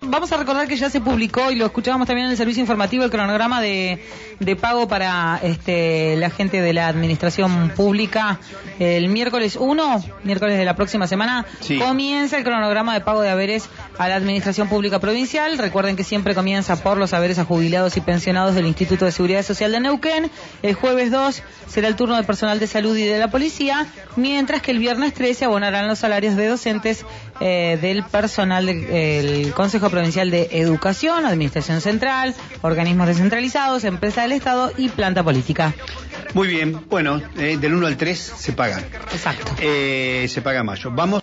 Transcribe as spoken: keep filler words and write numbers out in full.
vamos a recordar que ya se publicó, y lo escuchábamos también en el servicio informativo, el cronograma de, de pago para este, la gente de la administración pública. El miércoles uno, miércoles de la próxima semana, sí, comienza el cronograma de pago de haberes a la administración pública provincial. Recuerden que siempre comienza por los haberes a jubilados y pensionados del Instituto de Seguridad Social de Neuquén. El jueves dos será el turno del personal de salud y de la policía, mientras que el viernes trece abonarán los salarios de docentes eh, del personal del Consejo Provincial de Educación, Administración Central, organismos descentralizados, empresa del Estado y planta política. Muy bien, bueno, eh, del uno al tres se pagan. Exacto. Eh, se paga mayo. Vamos.